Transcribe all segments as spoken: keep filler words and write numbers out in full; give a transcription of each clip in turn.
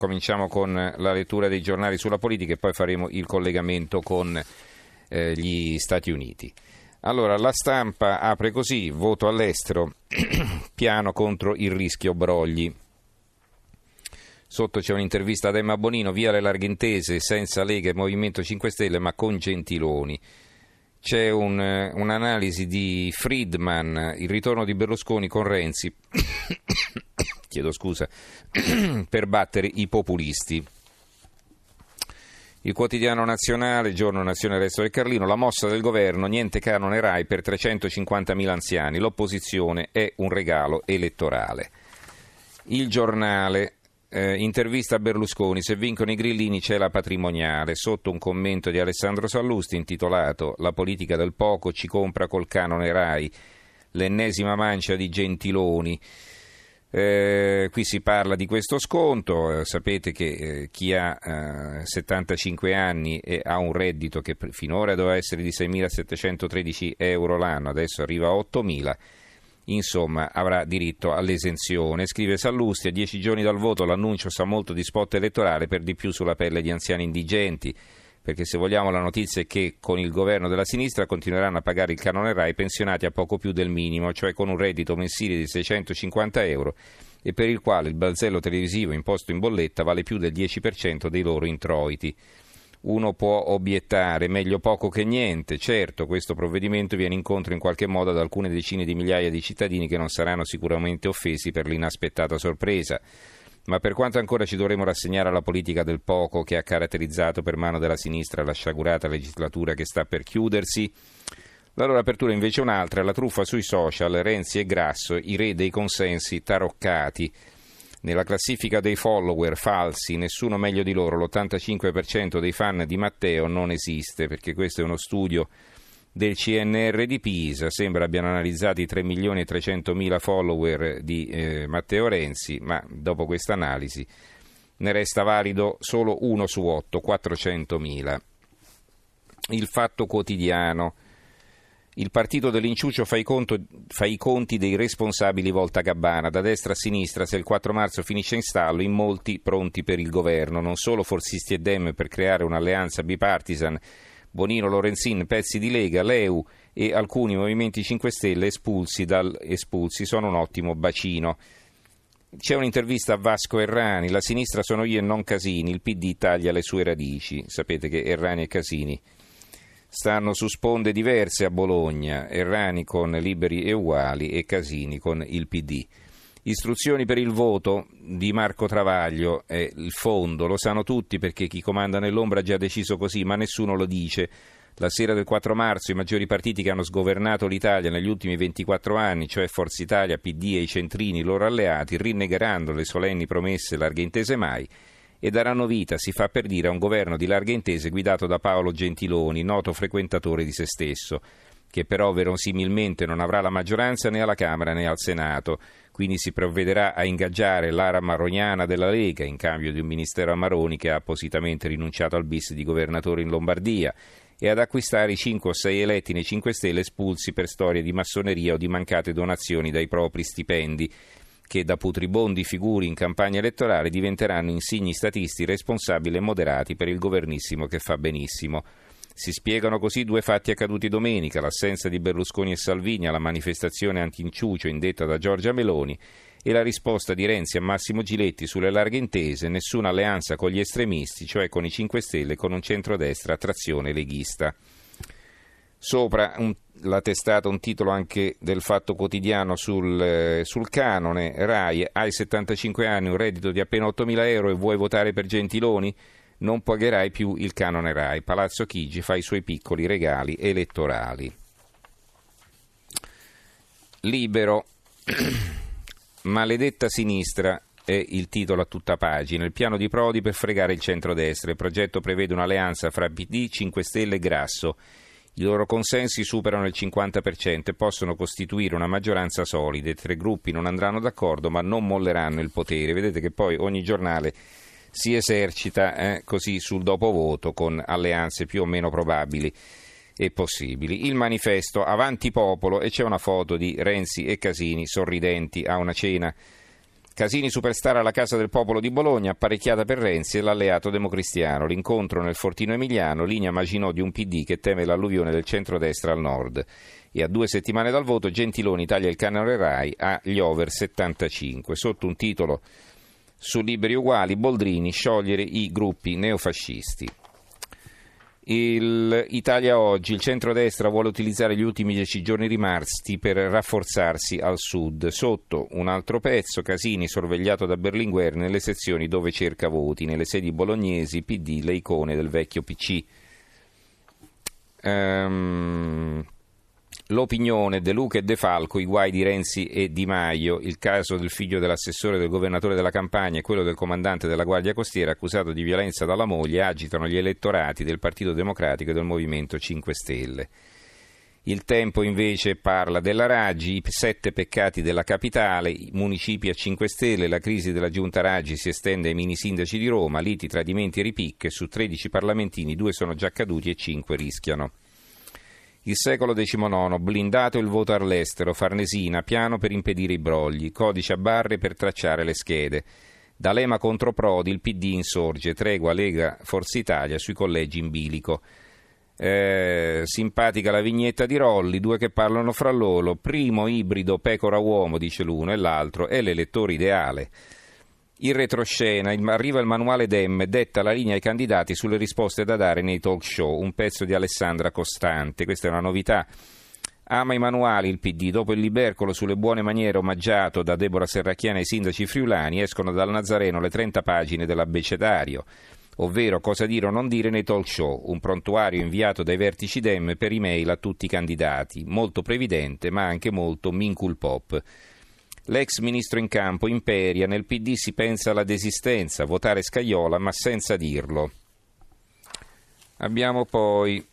Cominciamo con la lettura dei giornali sulla politica e poi faremo il collegamento con eh, gli Stati Uniti. Allora, La Stampa apre così: voto all'estero, piano contro il rischio brogli. Sotto c'è un'intervista ad Emma Bonino: via le larghe intese, senza Lega e Movimento cinque Stelle ma con Gentiloni. C'è un, un'analisi di Friedman: il ritorno di Berlusconi con Renzi chiedo scusa per battere i populisti. Il Quotidiano Nazionale, Giorno Nazione, Resto del Carlino: la mossa del governo, niente canone Rai per trecentocinquantamila anziani, l'opposizione è un regalo elettorale. Il Giornale, eh, intervista a Berlusconi: se vincono i grillini c'è la patrimoniale. Sotto un commento di Alessandro Sallusti intitolato la politica del poco ci compra col canone Rai, l'ennesima mancia di Gentiloni. Eh, qui si parla di questo sconto. Eh, sapete che eh, chi ha eh, settantacinque anni e ha un reddito che finora doveva essere di seimilasettecentotredici euro l'anno, adesso arriva a ottomila, insomma avrà diritto all'esenzione. Scrive Sallusti: a dieci giorni dal voto l'annuncio sa molto di spot elettorale, per di più sulla pelle di anziani indigenti, perché se vogliamo la notizia è che con il governo della sinistra continueranno a pagare il canone Rai pensionati a poco più del minimo, cioè con un reddito mensile di seicentocinquanta euro, e per il quale il balzello televisivo imposto in bolletta vale più del dieci per cento dei loro introiti. Uno può obiettare: meglio poco che niente. Certo, questo provvedimento viene incontro in qualche modo ad alcune decine di migliaia di cittadini che non saranno sicuramente offesi per l'inaspettata sorpresa. Ma per quanto ancora ci dovremo rassegnare alla politica del poco che ha caratterizzato per mano della sinistra la sciagurata legislatura che sta per chiudersi? La loro apertura invece è un'altra: la truffa sui social, Renzi e Grasso, i re dei consensi taroccati. Nella classifica dei follower falsi, nessuno meglio di loro, l'ottantacinque per cento dei fan di Matteo non esiste, perché questo è uno studio del C N R di Pisa. Sembra abbiano analizzato i tre milioni e trecentomila follower di eh, Matteo Renzi, ma dopo questa analisi ne resta valido solo uno su otto, quattrocentomila. Il Fatto Quotidiano: il partito dell'inciuccio fa i, conto, fa i conti dei responsabili volta Gabbana, da destra a sinistra. Se il quattro marzo finisce in stallo, in molti pronti per il governo, non solo forzisti e Dem per creare un'alleanza bipartisan, Bonino, Lorenzin, pezzi di Lega, l'E U e alcuni movimenti cinque Stelle espulsi, dal, espulsi sono un ottimo bacino. C'è un'intervista a Vasco Errani: la sinistra sono io e non Casini, il P D taglia le sue radici. Sapete che Errani e Casini stanno su sponde diverse a Bologna, Errani con Liberi e Uguali e Casini con il P D. Istruzioni per il voto di Marco Travaglio: è il fondo, lo sanno tutti perché chi comanda nell'ombra ha già deciso così, ma nessuno lo dice. La sera del quattro marzo i maggiori partiti che hanno sgovernato l'Italia negli ultimi ventiquattro anni, cioè Forza Italia, P D e i centrini, i loro alleati, rinnegheranno le solenni promesse larghe intese mai e daranno vita, si fa per dire, a un governo di larghe intese guidato da Paolo Gentiloni, noto frequentatore di se stesso, che però verosimilmente non avrà la maggioranza né alla Camera né al Senato. Quindi si provvederà a ingaggiare l'ara marroniana della Lega in cambio di un ministero a Maroni, che ha appositamente rinunciato al bis di governatore in Lombardia, e ad acquistare i cinque o sei eletti nei cinque Stelle espulsi per storie di massoneria o di mancate donazioni dai propri stipendi, che da putribondi figuri in campagna elettorale diventeranno insigni statisti responsabili e moderati per il governissimo che fa benissimo. Si spiegano così due fatti accaduti domenica: l'assenza di Berlusconi e Salvini alla manifestazione anti-inciucio indetta da Giorgia Meloni e la risposta di Renzi a Massimo Giletti sulle larghe intese: nessuna alleanza con gli estremisti, cioè con i cinque Stelle, con un centrodestra a trazione leghista. Sopra un, la testata, un titolo anche del Fatto Quotidiano sul, eh, sul canone Rai: hai settantacinque anni, un reddito di appena ottomila euro e vuoi votare per Gentiloni? Non pagherai più il canone Rai. Palazzo Chigi fa i suoi piccoli regali elettorali. Libero: maledetta sinistra è il titolo a tutta pagina. Il piano di Prodi per fregare il centrodestra. Il progetto prevede un'alleanza fra P D, cinque Stelle e Grasso. I loro consensi superano il cinquanta per cento e possono costituire una maggioranza solida. I tre gruppi non andranno d'accordo ma non molleranno il potere. Vedete che poi ogni giornale si esercita eh, così sul dopovoto, con alleanze più o meno probabili e possibili. Il Manifesto: avanti popolo, e c'è una foto di Renzi e Casini sorridenti a una cena Casini superstar alla Casa del Popolo di Bologna, apparecchiata per Renzi e l'alleato democristiano. L'incontro nel Fortino Emiliano, linea Maginot di un P D che teme l'alluvione del centrodestra al nord. E a due settimane dal voto Gentiloni taglia il canone Rai agli over settantacinque. Sotto un titolo su Liberi Uguali, Boldrini, sciogliere i gruppi neofascisti. Il Italia Oggi, il centrodestra vuole utilizzare gli ultimi dieci giorni rimasti per rafforzarsi al sud. Sotto un altro pezzo, Casini sorvegliato da Berlinguer nelle sezioni dove cerca voti, nelle sedi bolognesi, P D, le icone del vecchio P C. Um, L'Opinione, De Luca e De Falco, i guai di Renzi e Di Maio, il caso del figlio dell'assessore del governatore della Campania e quello del comandante della Guardia Costiera accusato di violenza dalla moglie agitano gli elettorati del Partito Democratico e del Movimento cinque Stelle. Il Tempo invece parla della Raggi, i sette peccati della capitale, i municipi a cinque Stelle, la crisi della giunta Raggi si estende ai mini sindaci di Roma, liti, tradimenti e ripicche, su tredici parlamentini due sono già caduti e cinque rischiano. Il Secolo diciannove, blindato il voto all'estero, Farnesina, piano per impedire i brogli, codice a barre per tracciare le schede. D'Alema contro Prodi, il P D insorge, tregua Lega Forza Italia sui collegi in bilico. Eh, simpatica la vignetta di Rolli, due che parlano fra loro, primo ibrido pecora-uomo, dice l'uno, e l'altro è l'elettore ideale. In retroscena arriva il manuale Dem, detta la linea ai candidati sulle risposte da dare nei talk show, un pezzo di Alessandra Costante, questa è una novità. Ama i manuali il P D, dopo il libercolo sulle buone maniere omaggiato da Deborah Serracchiani ai sindaci friulani, escono dal Nazareno le trenta pagine dell'abbecedario, ovvero cosa dire o non dire nei talk show, un prontuario inviato dai vertici Dem per email a tutti i candidati, molto previdente ma anche molto minculpop. L'ex ministro in campo imperia, nel P D si pensa alla desistenza, votare Scajola ma senza dirlo. Abbiamo poi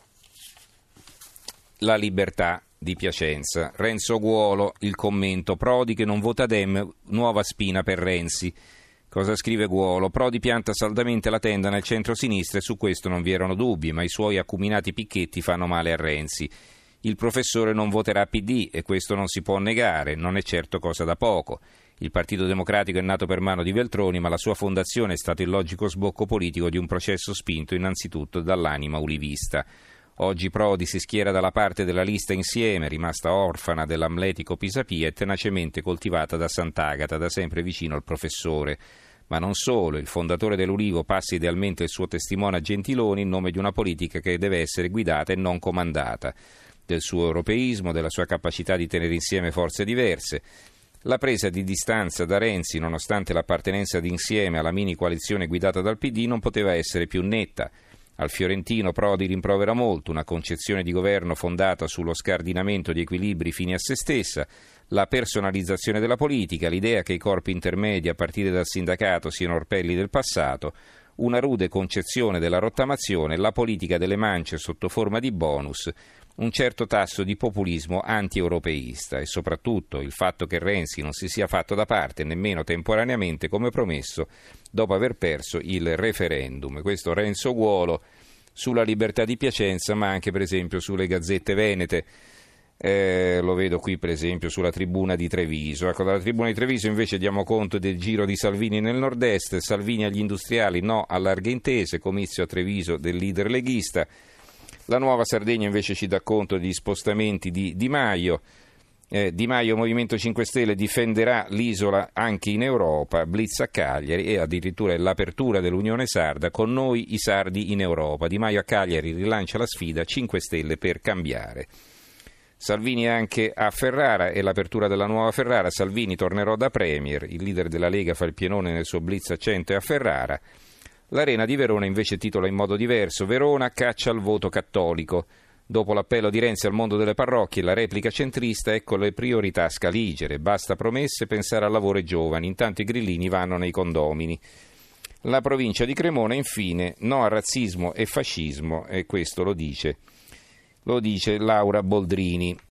La Libertà di Piacenza, Renzo Guolo, il commento, Prodi che non vota Dem, nuova spina per Renzi. Cosa scrive Guolo? Prodi pianta saldamente la tenda nel centro-sinistra e su questo non vi erano dubbi, ma i suoi acuminati picchetti fanno male a Renzi. Il professore non voterà P D e questo non si può negare, non è certo cosa da poco. Il Partito Democratico è nato per mano di Veltroni, ma la sua fondazione è stato il logico sbocco politico di un processo spinto innanzitutto dall'anima ulivista. Oggi Prodi si schiera dalla parte della lista Insieme, rimasta orfana dell'amletico Pisapia e tenacemente coltivata da Sant'Agata, da sempre vicino al professore. Ma non solo, il fondatore dell'Ulivo passa idealmente il suo testimone a Gentiloni in nome di una politica che deve essere guidata e non comandata, del suo europeismo, della sua capacità di tenere insieme forze diverse. La presa di distanza da Renzi, nonostante l'appartenenza d'insieme alla mini coalizione guidata dal P D, non poteva essere più netta. Al fiorentino Prodi rimprovera molto una concezione di governo fondata sullo scardinamento di equilibri fini a se stessa, la personalizzazione della politica, l'idea che i corpi intermedi a partire dal sindacato siano orpelli del passato, una rude concezione della rottamazione, la politica delle mance sotto forma di bonus, un certo tasso di populismo anti-europeista e soprattutto il fatto che Renzi non si sia fatto da parte nemmeno temporaneamente come promesso dopo aver perso il referendum. Questo Renzo Guolo sulla Libertà di Piacenza, ma anche per esempio sulle gazzette venete. Eh, lo vedo qui per esempio sulla Tribuna di Treviso. Ecco, dalla Tribuna di Treviso invece diamo conto del giro di Salvini nel nord-est, Salvini agli industriali, no a larghe intese, comizio a Treviso del leader leghista. La Nuova Sardegna invece ci dà conto di spostamenti di Di Maio. Eh, Di Maio, Movimento cinque Stelle, difenderà l'isola anche in Europa, blitz a Cagliari e addirittura l'apertura dell'Unione Sarda, con noi i sardi in Europa. Di Maio a Cagliari rilancia la sfida, cinque Stelle per cambiare. Salvini anche a Ferrara e l'apertura della nuova Ferrara, Salvini tornerò da Premier, il leader della Lega fa il pienone nel suo blitz a cento e a Ferrara. L'Arena di Verona invece titola in modo diverso, Verona caccia al voto cattolico. Dopo l'appello di Renzi al mondo delle parrocchie e la replica centrista, ecco le priorità scaligere, basta promesse, pensare al lavoro ai giovani, intanto i grillini vanno nei condomini. La provincia di Cremona infine, no al razzismo e fascismo, e questo lo dice, lo dice Laura Boldrini.